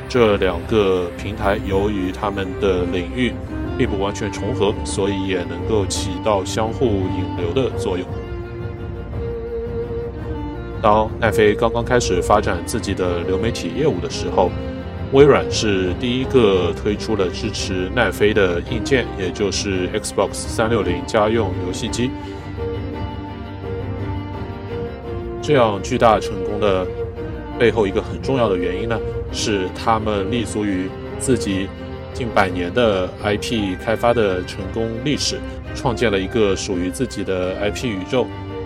这两个平台由于他们的领域并不完全重合，所以也能够起到相互引流的作用。当奈飞刚刚开始发展自己的流媒体业务的时候，微软是第一个推出了支持奈飞的硬件，也就是 Xbox 360家用游戏机。这样巨大成功的背后一个很重要的原因呢，是他们立足于自己近100年的 IP 开发的成功历史，创建了一个属于自己的 IP 宇宙。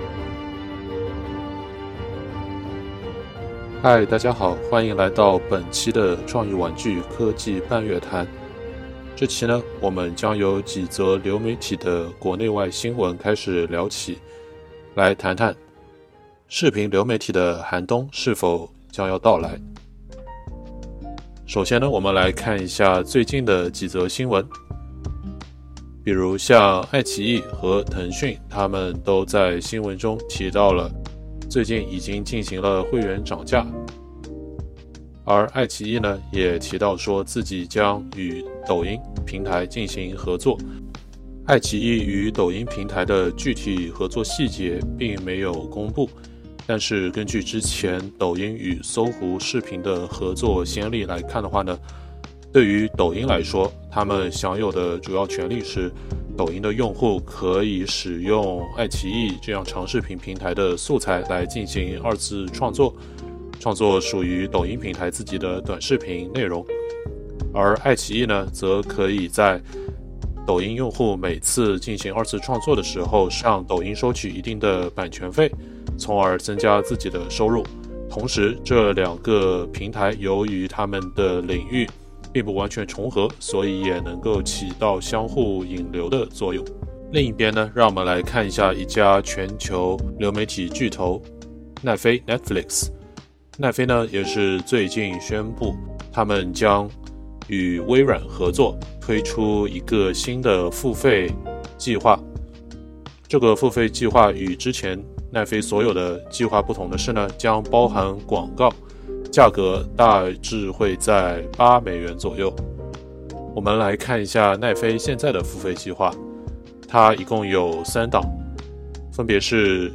嗨，大家好，欢迎来到本期的创意玩具科技半月谈。这期呢，我们将由几则流媒体的国内外新闻开始聊起，来谈谈视频流媒体的寒冬是否将要到来。首先呢，我们来看一下最近的几则新闻，比如像爱奇艺和腾讯，他们都在新闻中提到了最近已经进行了会员涨价，而爱奇艺呢也提到说自己将与抖音平台进行合作。爱奇艺与抖音平台的具体合作细节并没有公布，但是根据之前抖音与搜狐视频的合作先例来看的话呢，对于抖音来说，他们享有的主要权利是抖音的用户可以使用爱奇艺这样长视频平台的素材来进行二次创作属于抖音平台自己的短视频内容，而爱奇艺呢，则可以在抖音用户每次进行二次创作的时候，向抖音收取一定的版权费，从而增加自己的收入。同时，这两个平台由于他们的领域并不完全重合，所以也能够起到相互引流的作用。另一边呢，让我们来看一下一家全球流媒体巨头奈飞 Netflix。奈飞呢也是最近宣布，他们将与微软合作，推出一个新的付费计划。这个付费计划与之前奈飞所有的计划不同的是呢，将包含广告，价格大致会在$8左右。我们来看一下奈飞现在的付费计划，它一共有3档，分别是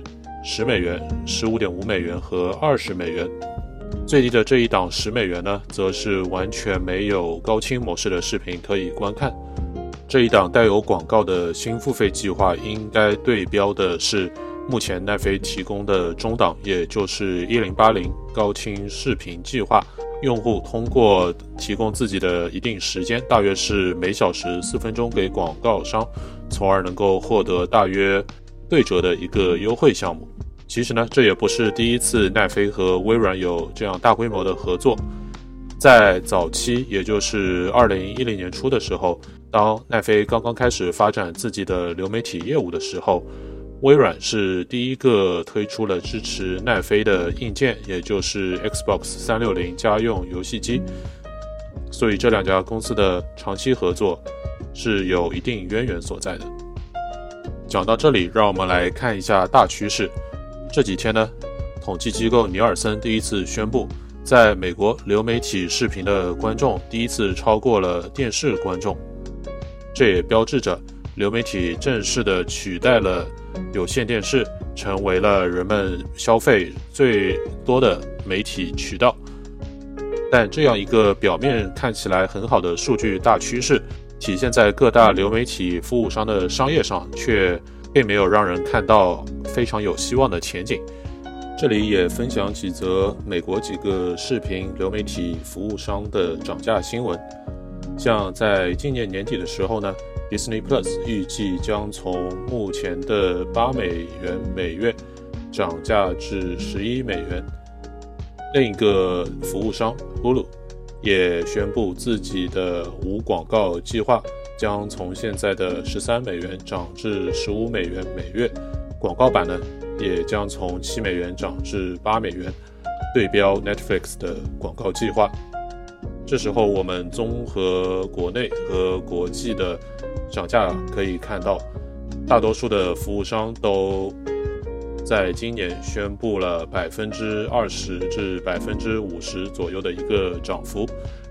$10、$15.5和$20。最低的这一档$10呢，则是完全没有高清模式的视频可以观看。这一档带有广告的新付费计划应该对标的是目前奈飞提供的中档，也就是1080高清视频计划。用户通过提供自己的一定时间，大约是每小时4分钟给广告商，从而能够获得大约对折的一个优惠项目。其实呢，这也不是第一次奈飞和微软有这样大规模的合作。在早期，也就是2010年初的时候，当奈飞刚刚开始发展自己的流媒体业务的时候，微软是第一个推出了支持奈飞的硬件，也就是 Xbox 360家用游戏机。所以这两家公司的长期合作是有一定渊源所在的。讲到这里，让我们来看一下大趋势。这几天呢，统计机构尼尔森第一次宣布，在美国流媒体视频的观众第一次超过了电视观众，这也标志着流媒体正式的取代了有线电视，成为了人们消费最多的媒体渠道。但这样一个表面看起来很好的数据大趋势，体现在各大流媒体服务商的商业上，却并没有让人看到非常有希望的前景。这里也分享几则美国几个视频流媒体服务商的涨价新闻。像在今年年底的时候呢， Disney Plus 预计将从目前的$8每月涨价至$11。另一个服务商 Hulu 也宣布自己的无广告计划将从现在的$13涨至$15每月，广告版呢也将从$7涨至$8，对标 Netflix 的广告计划。这时候我们综合国内和国际的涨价可以看到，大多数的服务商都在今年宣布了20%至50%左右的一个涨幅，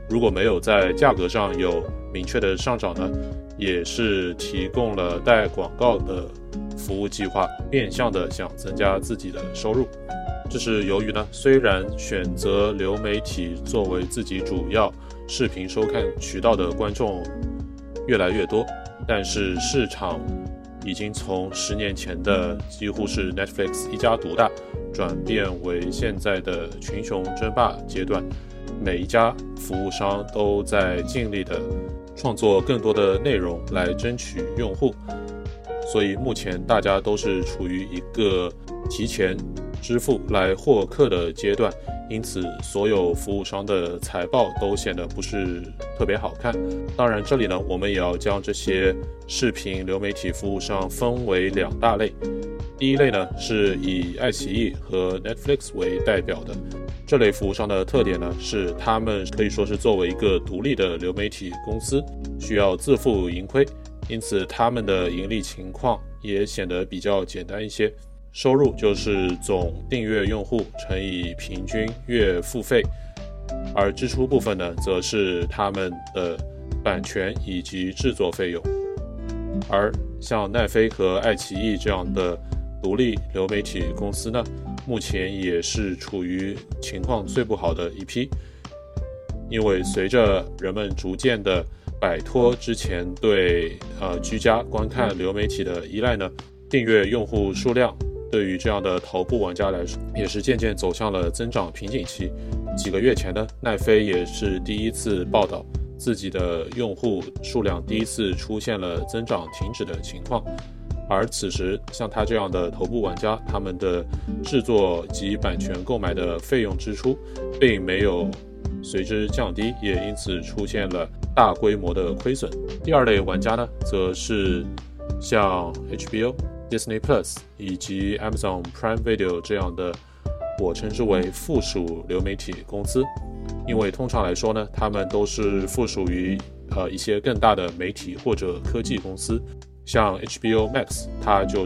如果没有在价格上有明确的上涨呢，也是提供了带广告的服务计划，变相的想增加自己的收入。这是由于呢，虽然选择流媒体作为自己主要视频收看渠道的观众越来越多，但是市场已经从10年前的几乎是 Netflix 一家独大，转变为现在的群雄争霸阶段。每一家服务商都在尽力的创作更多的内容来争取用户，所以目前大家都是处于一个提前支付来获客的阶段，因此所有服务商的财报都显得不是特别好看。当然这里呢，我们也要将这些视频流媒体服务商分为2大类。第一类呢，是以爱奇艺和 Netflix 为代表的。这类服务商的特点呢，是他们可以说是作为一个独立的流媒体公司，需要自负盈亏，因此他们的盈利情况也显得比较简单一些。收入就是总订阅用户乘以平均月付费，而支出部分呢，则是他们的版权以及制作费用。而像奈飞和爱奇艺这样的独立流媒体公司呢，目前也是处于情况最不好的一批，因为随着人们逐渐的摆脱之前对居家观看流媒体的依赖呢，订阅用户数量对于这样的头部玩家来说，也是渐渐走向了增长瓶颈期。几个月前呢，奈飞也是第一次报道自己的用户数量第一次出现了增长停止的情况。而此时像他这样的头部玩家，他们的制作及版权购买的费用支出并没有随之降低，也因此出现了大规模的亏损。第二类玩家呢，则是像 HBO、Disney Plus 以及 Amazon Prime Video 这样的我称之为附属流媒体公司，因为通常来说呢，他们都是附属于一些更大的媒体或者科技公司。像 HBO Max 它就是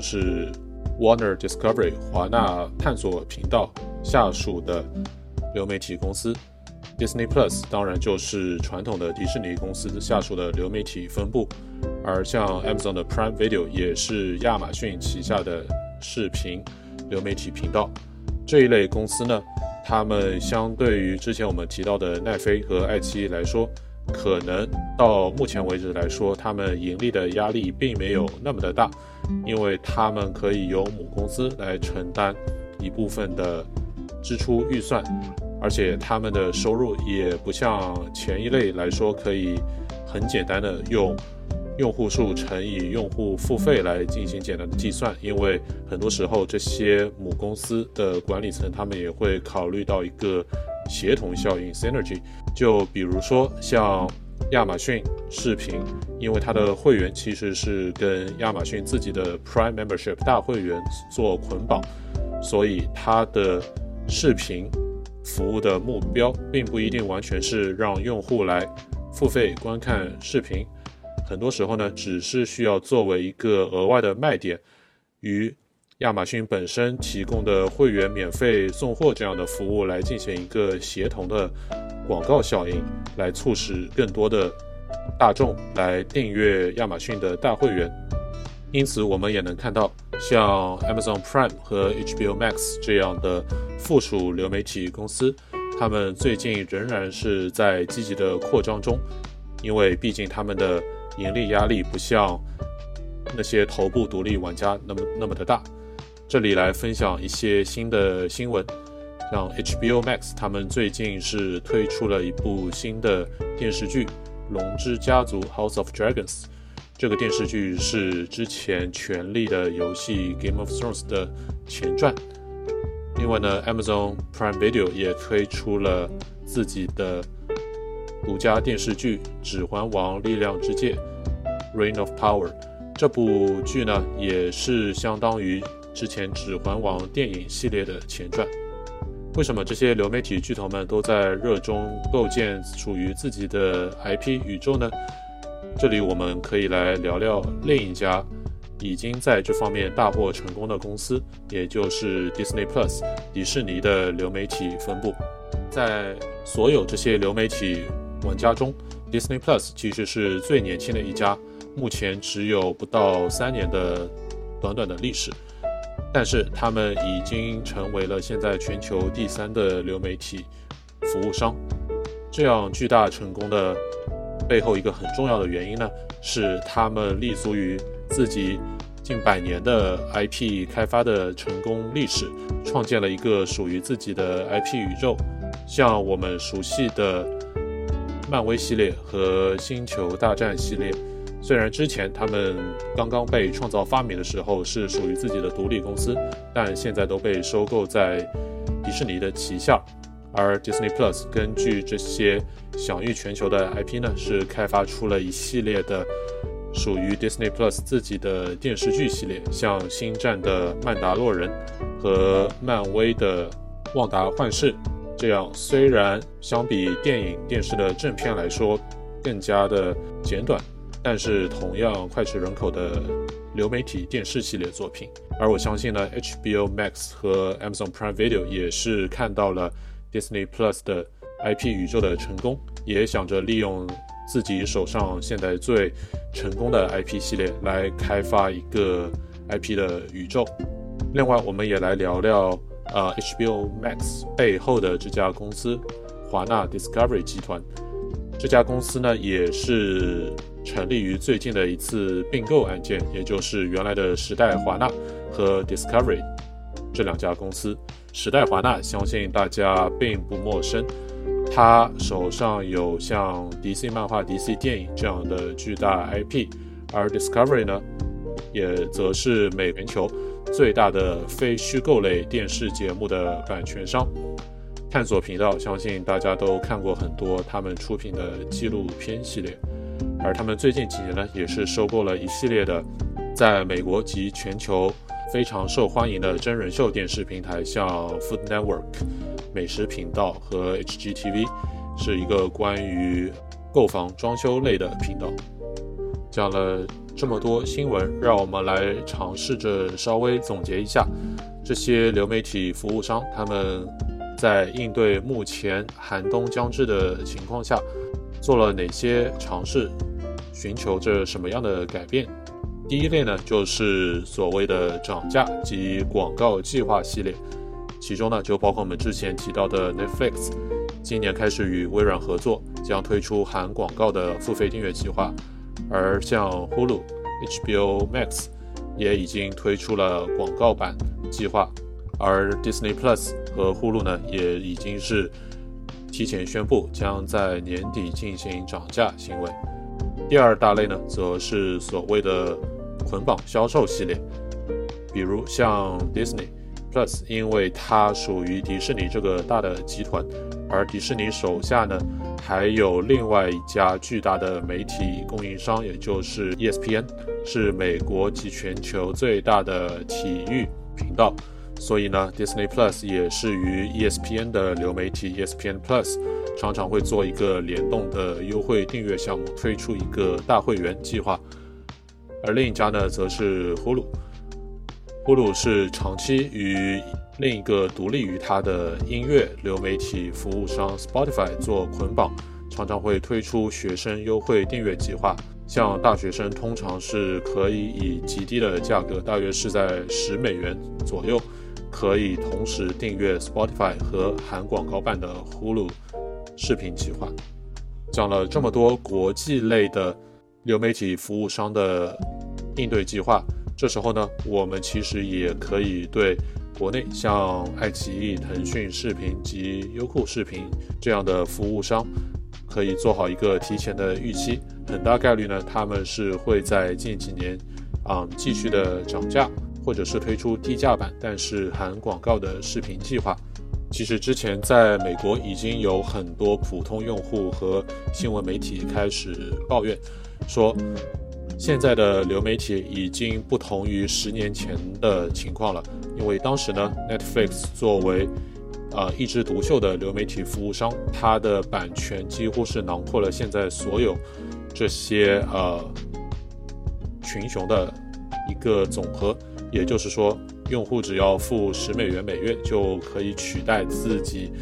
Warner Discovery 华纳探索频道下属的流媒体公司， Disney Plus 当然就是传统的迪士尼公司下属的流媒体分部，而像 Amazon 的 Prime Video 也是亚马逊旗下的视频流媒体频道。这一类公司呢，他们相对于之前我们提到的奈飞和爱奇艺来说，可能到目前为止来说，他们盈利的压力并没有那么的大，因为他们可以由母公司来承担一部分的支出预算，而且他们的收入也不像前一类来说可以很简单的用用户数乘以用户付费来进行简单的计算，因为很多时候这些母公司的管理层他们也会考虑到一个协同效应 synergy， 就比如说像亚马逊视频，因为它的会员其实是跟亚马逊自己的 Prime Membership 大会员做捆绑，所以它的视频服务的目标并不一定完全是让用户来付费观看视频，很多时候呢，只是需要作为一个额外的卖点，与亚马逊本身提供的会员免费送货这样的服务来进行一个协同的广告效应，来促使更多的大众来订阅亚马逊的大会员。因此我们也能看到像 Amazon Prime 和 HBO Max 这样的附属流媒体公司，他们最近仍然是在积极的扩张中，因为毕竟他们的盈利压力不像那些头部独立玩家那么的大。这里来分享一些新的新闻，像 HBO Max 他们最近是推出了一部新的电视剧《龙之家族 House of Dragons》，这个电视剧是之前权力的游戏 Game of Thrones 的前传。另外呢， Amazon Prime Video 也推出了自己的独家电视剧《指环王：力量之戒》 Reign of Power。 这部剧呢，也是相当于之前《指环王》电影系列的前传。为什么这些流媒体巨头们都在热衷构建属于自己的 IP 宇宙呢？这里我们可以来聊聊另一家已经在这方面大获成功的公司，也就是 Disney Plus 迪士尼的流媒体分部。在所有这些流媒体玩家中 Disney Plus 其实是最年轻的一家，目前只有不到3年的短短的历史，但是他们已经成为了现在全球第3的流媒体服务商。这样巨大成功的背后一个很重要的原因呢，是他们立足于自己近100年的 IP 开发的成功历史，创建了一个属于自己的 IP 宇宙。像我们熟悉的漫威系列和星球大战系列，虽然之前他们刚刚被创造发明的时候是属于自己的独立公司，但现在都被收购在迪士尼的旗下。而 Disney Plus 根据这些享誉全球的 IP 呢，是开发出了一系列的属于 Disney Plus 自己的电视剧系列，像星战的曼达洛人和漫威的旺达幻视。这样虽然相比电影电视的正片来说更加的简短，但是同样脍炙人口的流媒体电视系列作品。而我相信呢 HBO Max 和 Amazon Prime Video 也是看到了Disney Plus 的 IP 宇宙的成功，也想着利用自己手上现在最成功的 IP 系列来开发一个 IP 的宇宙。另外我们也来聊聊HBO Max 背后的这家公司华纳 Discovery 集团。这家公司呢也是成立于最近的一次并购案件，也就是原来的时代华纳和 Discovery 这2家公司。时代华纳相信大家并不陌生，他手上有像 DC 漫画、DC 电影这样的巨大 IP， 而 Discovery 呢也则是全球最大的非虚构类电视节目的版权商。探索频道相信大家都看过很多他们出品的纪录片系列，而他们最近几年呢也是收购了一系列的在美国及全球非常受欢迎的真人秀电视平台，像 Food Network 美食频道和 HGTV 是一个关于购房装修类的频道。讲了这么多新闻，让我们来尝试着稍微总结一下这些流媒体服务商他们在应对目前寒冬将至的情况下做了哪些尝试，寻求着什么样的改变。第一类呢，就是所谓的涨价及广告计划系列，其中呢就包括我们之前提到的 Netflix， 今年开始与微软合作，将推出含广告的付费订阅计划，而像 Hulu、HBO Max 也已经推出了广告版计划，而 Disney Plus 和 Hulu 呢也已经是提前宣布将在年底进行涨价行为。第二大类呢，则是所谓的捆绑销售系列，比如像 Disney Plus， 因为它属于迪士尼这个大的集团，而迪士尼手下呢还有另外一家巨大的媒体供应商，也就是 ESPN， 是美国及全球最大的体育频道。所以呢 Disney Plus 也是与 ESPN 的流媒体 ESPN Plus 常常会做一个联动的优惠订阅项目，推出一个大会员计划。而另一家呢则是 Hulu 是长期与另一个独立于它的音乐流媒体服务商 Spotify 做捆绑，常常会推出学生优惠订阅计划，像大学生通常是可以以极低的价格，大约是在$10左右，可以同时订阅 Spotify 和含广告版的 Hulu 视频计划。讲了这么多国际类的流媒体服务商的应对计划，这时候呢，我们其实也可以对国内像爱奇艺、腾讯视频及优酷视频这样的服务商可以做好一个提前的预期，很大概率呢，他们是会在近几年继续的涨价，或者是推出低价版但是含广告的视频计划。其实之前在美国已经有很多普通用户和新闻媒体开始抱怨说，现在的流媒体已经不同于10年前的情况了，因为当时呢 Netflix 作为一枝独秀的流媒体服务商，它的版权几乎是囊括了现在所有这些群雄的一个总和，也就是说用户只要付$10每月就可以取代自己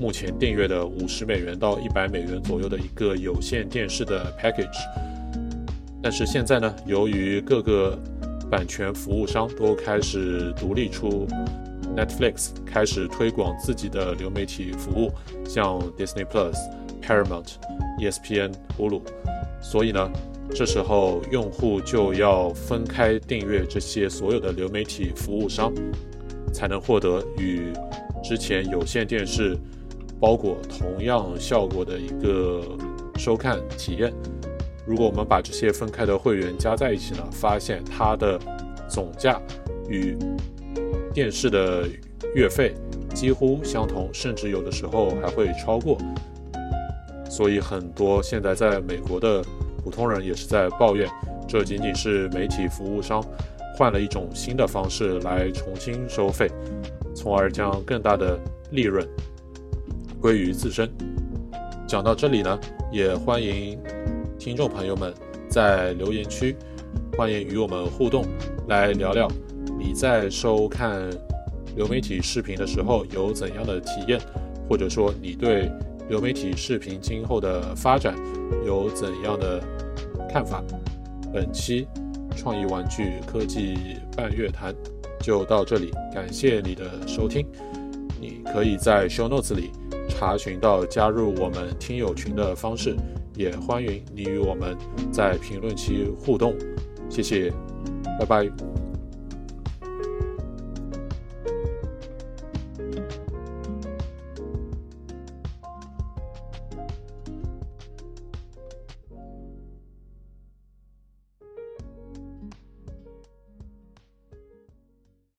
目前订阅的$50到$100左右的一个有线电视的 package。但是现在呢，由于各个版权服务商都开始独立出 Netflix 开始推广自己的流媒体服务，像 Disney Plus、Paramount、ESPN、Hulu， 所以呢，这时候用户就要分开订阅这些所有的流媒体服务商，才能获得与之前有线电视包裹同样效果的一个收看体验。如果我们把这些分开的会员加在一起呢，发现它的总价与电视的月费几乎相同，甚至有的时候还会超过。所以很多现在在美国的普通人也是在抱怨，这仅仅是媒体服务商换了一种新的方式来重新收费，从而将更大的利润归于自身。讲到这里呢，也欢迎听众朋友们在留言区欢迎与我们互动，来聊聊你在收看流媒体视频的时候有怎样的体验，或者说你对流媒体视频今后的发展有怎样的看法。本期创意玩具科技半月谈就到这里，感谢你的收听。你可以在 show notes 里查询到加入我们听友群的方式，也欢迎你与我们在评论区互动。谢谢，拜拜。